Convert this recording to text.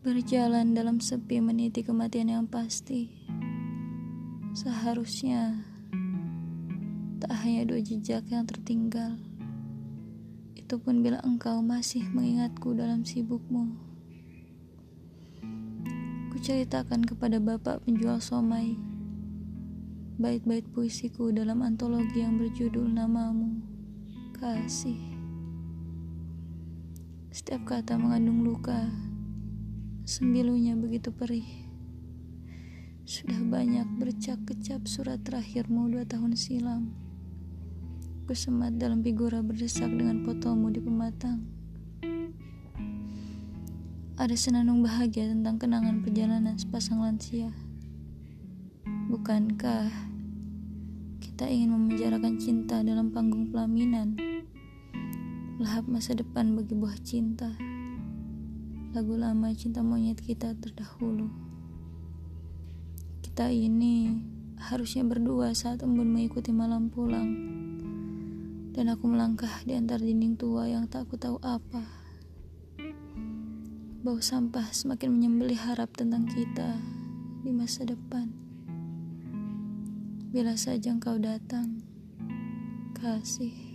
Berjalan dalam sepi meniti kematian yang pasti. Seharusnya tak hanya 2 jejak yang tertinggal. Itu pun bila engkau masih mengingatku dalam sibukmu. Kuceritakan kepada bapak penjual somai bait-bait puisiku dalam antologi yang berjudul Namamu, Kasih. Setiap kata mengandung luka. Sembilunya begitu perih. Sudah banyak bercak-kecap surat terakhirmu 2 tahun silam. Kusemat dalam figura berdesak dengan fotomu di pematang. Ada senandung bahagia tentang kenangan perjalanan sepasang lansia. Bukankah kita ingin memenjarakan cinta dalam panggung pelaminan? Lahap masa depan bagi buah cinta. Lagu lama cinta monyet kita terdahulu. Kita ini harusnya berdua saat embun mengikuti malam pulang. Dan aku melangkah di antara dinding tua yang tak ku tahu apa. Bau sampah semakin menyembelih harap tentang kita di masa depan. Bila saja engkau datang, kasih.